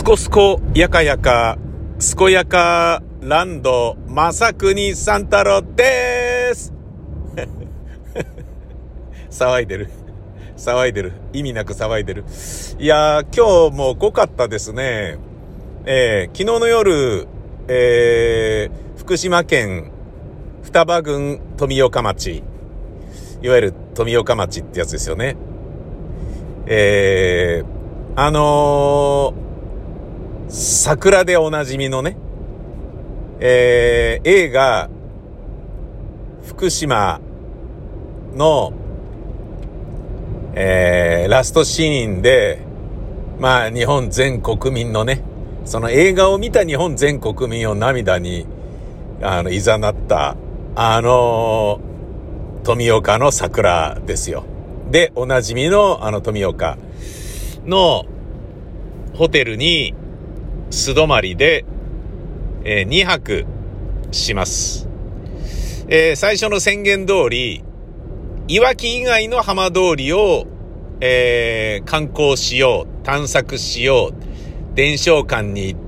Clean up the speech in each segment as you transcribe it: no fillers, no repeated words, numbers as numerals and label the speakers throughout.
Speaker 1: すこすこやかやかすこやかランド正国三太郎です騒いでる意味なく騒いでる。いやー、今日も濃かったですね。昨日の夜、福島県双葉郡富岡町、いわゆる富岡町ってやつですよね。桜でおなじみのね、映画福島の、ラストシーンで、まあ日本全国民のね、その映画を見た日本全国民を涙にいざなった富岡の桜ですよ。でおなじみの富岡のホテルに素泊まりで、2泊します。最初の宣言通り、いわき以外の浜通りを、観光しよう、探索しよう、伝承館に行って、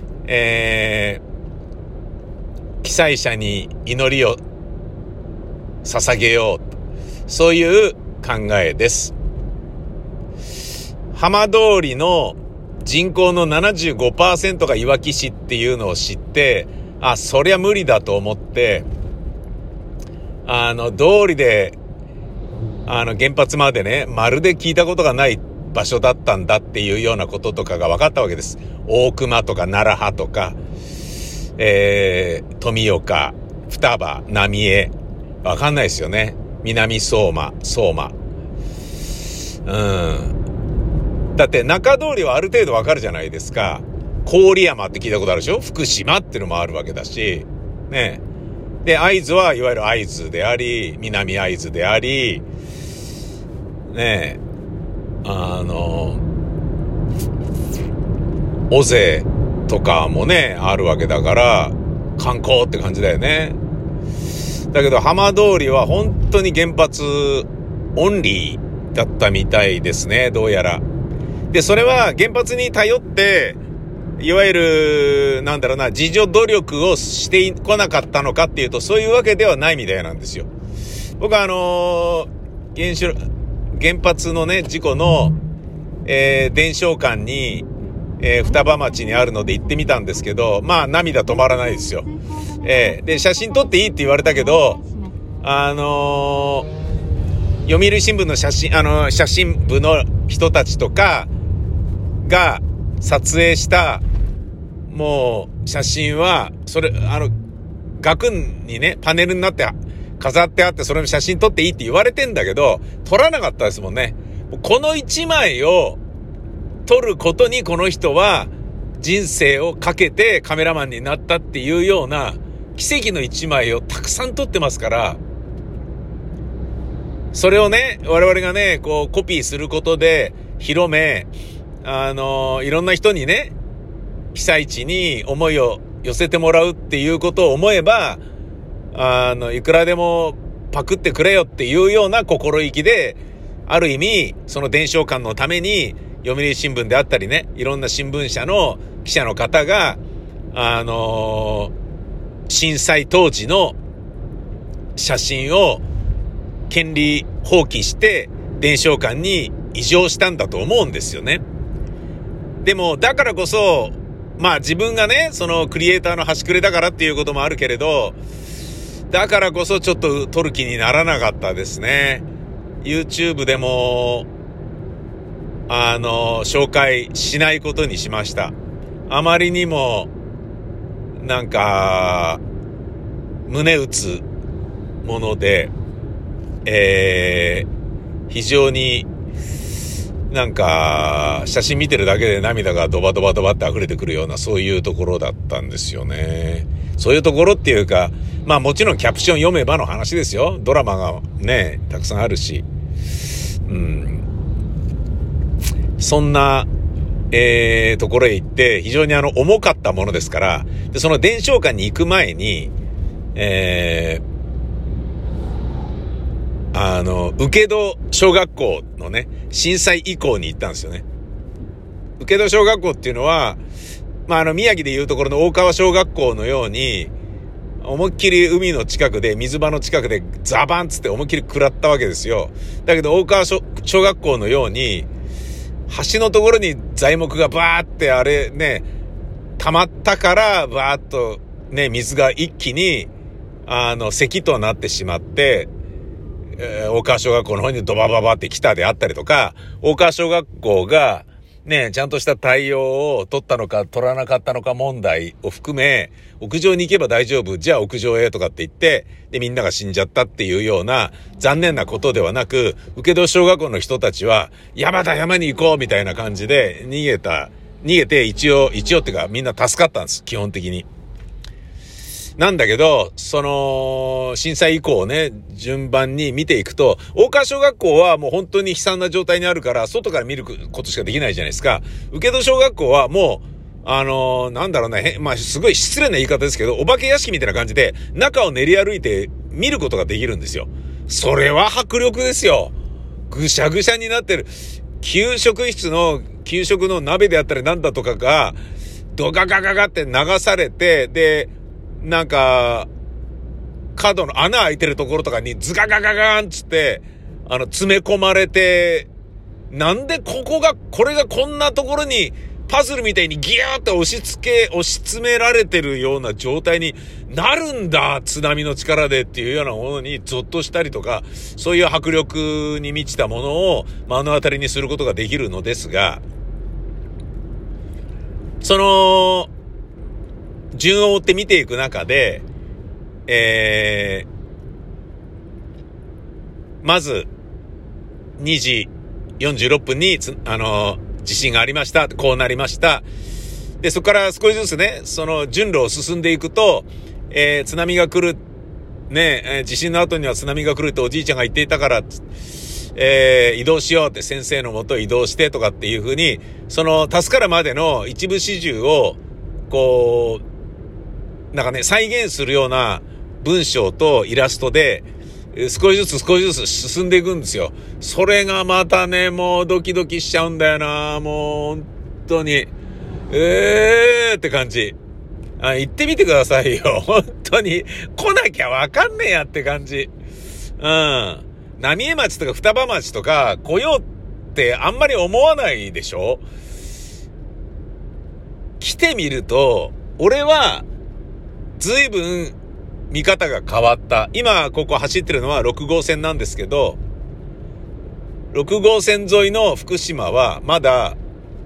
Speaker 1: 被災者に祈りを捧げよう、そういう考えです。浜通りの人口の 75% がいわき市っていうのを知って、そりゃ無理だと思って、通りで原発までね、まるで聞いたことがない場所だったんだっていうようなこととかが分かったわけです。大熊とか奈良派とか、富岡、双葉、浪江、分かんないですよね。南相馬。だって中通りはある程度わかるじゃないですか。郡山って聞いたことあるでしょ。福島ってのもあるわけだしね。で会津はいわゆる会津であり、南会津でありね、尾瀬とかもねあるわけだから、観光って感じだよね。だけど浜通りは本当に原発オンリーだったみたいですね、どうやら。でそれは原発に頼って、いわゆる自助努力をしてこなかったのかっていうと、そういうわけではないみたいなんですよ。僕は原発のね事故の、伝承館に、双葉町にあるので行ってみたんですけど、まあ涙止まらないですよ。で写真撮っていいって言われたけど、読売新聞の写真部の人たちとかが撮影したもう写真は、それ額にねパネルになって飾ってあって、それの写真撮っていいって言われてんだけど、撮らなかったですもんね。この一枚を撮ることにこの人は人生をかけてカメラマンになったっていうような奇跡の一枚をたくさん撮ってますから、それをね我々がねこうコピーすることで広め、いろんな人にね被災地に思いを寄せてもらうっていうことを思えば、いくらでもパクってくれよっていうような心意気で、ある意味その伝承館のために読売新聞であったりね、いろんな新聞社の記者の方が震災当時の写真を権利放棄して伝承館に移譲したんだと思うんですよね。でもだからこそ、まあ自分がねそのクリエイターの端くれだからっていうこともあるけれど、だからこそちょっと撮る気にならなかったですね。 YouTube でも紹介しないことにしました。あまりにもなんか胸打つもので、非常になんか写真見てるだけで涙がドバドバって溢れてくるような、そういうところだったんですよね。そういうところっていうか、まあもちろんキャプション読めばの話ですよ。ドラマがねたくさんあるし、そんな、ところへ行って非常に重かったものですから。でその伝承館に行く前に、請戸小学校のね震災遺構に行ったんですよね。 請戸小学校っていうのは、宮城でいうところの大川小学校のように、思いっきり海の近くで、水場の近くでザバンつって思いっきり食らったわけですよ。だけど大川小学校のように、橋のところに材木がバーって溜まったから、バーっとね、水が一気に、堰となってしまって、大川小学校の方にドバババって来たであったりとか、大川小学校が、ね、ちゃんとした対応を取ったのか取らなかったのか問題を含め、屋上に行けば大丈夫、じゃあ屋上へとかって言って、で、みんなが死んじゃったっていうような残念なことではなく、請戸小学校の人たちは、山に行こうみたいな感じで逃げて一応っていうかみんな助かったんです、基本的に。なんだけど、震災以降ね、順番に見ていくと、大川小学校はもう本当に悲惨な状態にあるから、外から見ることしかできないじゃないですか。請戸小学校はもう、すごい失礼な言い方ですけど、お化け屋敷みたいな感じで、中を練り歩いて見ることができるんですよ。それは迫力ですよ。ぐしゃぐしゃになってる。給食の鍋であったりなんだとかが、ドガガガガって流されて、で、角の穴開いてるところとかにズガガガガンつって、詰め込まれて、なんでこれがこんなところにパズルみたいにギューって押し詰められてるような状態になるんだ、津波の力でっていうようなものにゾッとしたりとか、そういう迫力に満ちたものを目の当たりにすることができるのですが、順を追って見ていく中で、まず、2時46分に地震がありました。こうなりました。で、そこから少しずつね、順路を進んでいくと、津波が来る、ね、地震の後には津波が来るっておじいちゃんが言っていたから、移動しようって先生のもと移動してとかっていう風に、助かるまでの一部始終を、再現するような文章とイラストで、少しずつ進んでいくんですよ。それがまたね、もうドキドキしちゃうんだよな。もう本当に。って感じ。行ってみてくださいよ。本当に。来なきゃわかんねえやって感じ。浪江町とか双葉町とか来ようってあんまり思わないでしょ？来てみると、俺は随分見方が変わった。今ここ走ってるのは6号線なんですけど、6号線沿いの福島はまだ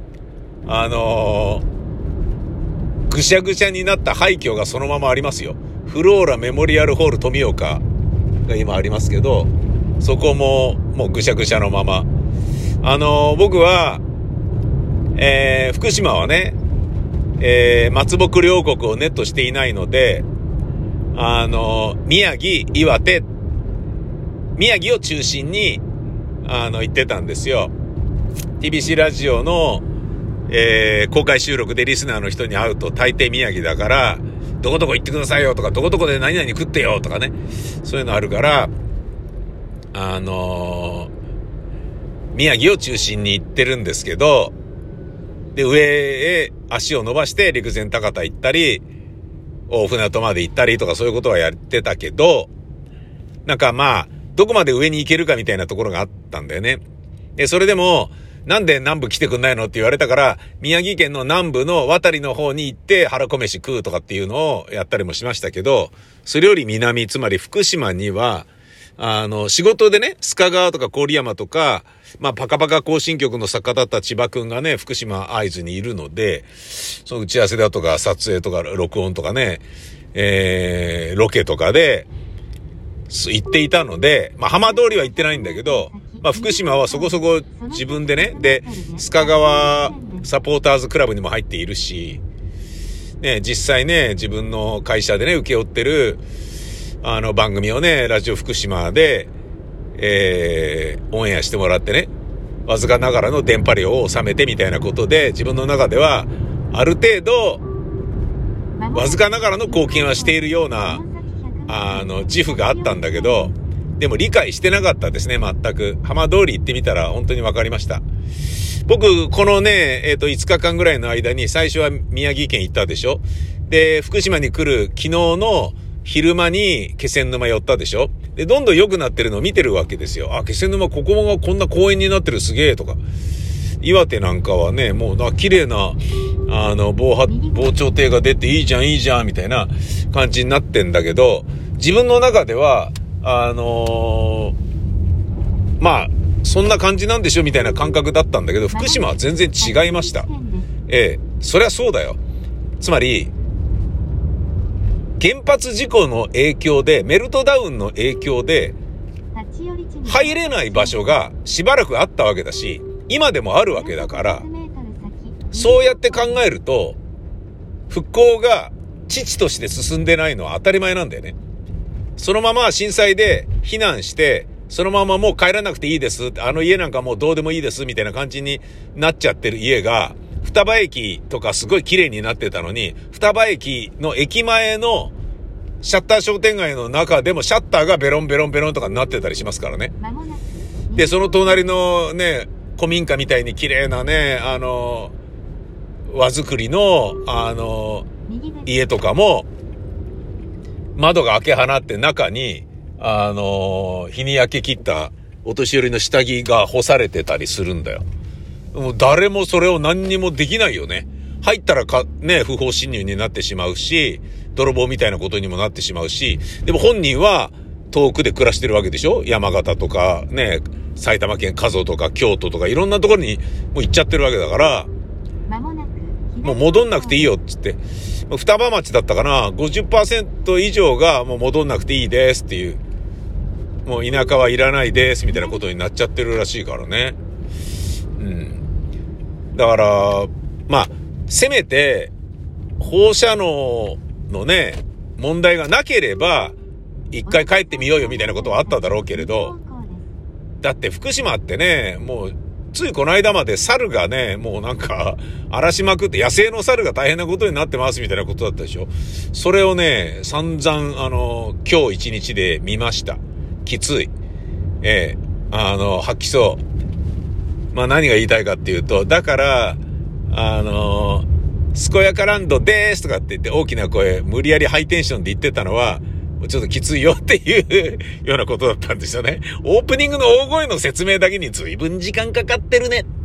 Speaker 1: ぐしゃぐしゃになった廃墟がそのままありますよ。フローラメモリアルホール富岡が今ありますけど、そこももうぐしゃぐしゃのまま。僕は、福島はね、松木両国をネットしていないので、宮城、岩手、宮城を中心に、行ってたんですよ。TBC ラジオの、公開収録でリスナーの人に会うと大抵宮城だから、どこどこ行ってくださいよとか、どこどこで何々食ってよとかね、そういうのあるから、宮城を中心に行ってるんですけど、で、上へ足を伸ばして陸前高田行ったり、大船渡まで行ったりとかそういうことはやってたけど、どこまで上に行けるかみたいなところがあったんだよね。で、それでも、なんで南部来てくんないのって言われたから、宮城県の南部の渡りの方に行って腹米飯食うとかっていうのをやったりもしましたけど、それより南、つまり福島には、仕事でね、須賀川とか郡山とか、パカパカ行進局の作家だった千葉くんがね、福島会津にいるので、その打ち合わせだとか撮影とか録音とかね、ロケとかで行っていたので、浜通りは行ってないんだけど、福島はそこそこ自分でね、で、須賀川サポーターズクラブにも入っているし、ね、実際ね、自分の会社でね、請け負ってる、番組をね、ラジオ福島で、オンエアしてもらってね、わずかながらの電波量を収めてみたいなことで、自分の中では、ある程度、わずかながらの貢献はしているような、自負があったんだけど、でも理解してなかったですね、全く。浜通り行ってみたら本当に分かりました。 僕、このね、5日間ぐらいの間に最初は宮城県行ったでしょ。で、福島に来る昨日の昼間に気仙沼寄ったでしょ。で、どんどん良くなってるのを見てるわけですよ。あ、気仙沼ここがこんな公園になってるすげえとか。岩手なんかはね、もう綺麗な、防潮堤が出ていいじゃんいいじゃんみたいな感じになってんだけど、自分の中では、まあ、そんな感じなんでしょみたいな感覚だったんだけど、福島は全然違いました。そりゃそうだよ。つまり、原発事故の影響で、メルトダウンの影響で、入れない場所がしばらくあったわけだし、今でもあるわけだから、そうやって考えると、復興が遅々として進んでないのは当たり前なんだよね。そのまま震災で避難して、そのままもう帰らなくていいです。あの家なんかもうどうでもいいです。みたいな感じになっちゃってる家が、双葉駅とかすごい綺麗になってたのに、双葉駅の駅前のシャッター商店街の中でもシャッターがベロンベロンベロンとかになってたりしますからね。で、その隣のね、古民家みたいに綺麗なね、和作りの、家とかも、窓が開け放って中に、日に焼け切ったお年寄りの下着が干されてたりするんだよ。もう誰もそれを何にもできないよね。入ったら不法侵入になってしまうし、泥棒みたいなことにもなってしまうし、でも本人は遠くで暮らしてるわけでしょ。山形とかね、埼玉県加須とか京都とかいろんなところにもう行っちゃってるわけだから、もう戻んなくていいよっつって、双葉町だったかな、50% 以上がもう戻んなくていいですっていう、もう田舎はいらないですみたいなことになっちゃってるらしいからね。だからまあせめて放射能のね問題がなければ一回帰ってみようよみたいなことはあっただろうけれど、だって福島ってね、もうついこの間まで猿がね、もうなんか荒らしまくって野生の猿が大変なことになってますみたいなことだったでしょ。それをね散々今日一日で見ました。きつい。吐きそう。まあ何が言いたいかっていうと、だから健やかランドでーすとかって言って大きな声無理やりハイテンションで言ってたのはちょっときついよっていうようなことだったんですよね。オープニングの大声の説明だけに随分時間かかってるね。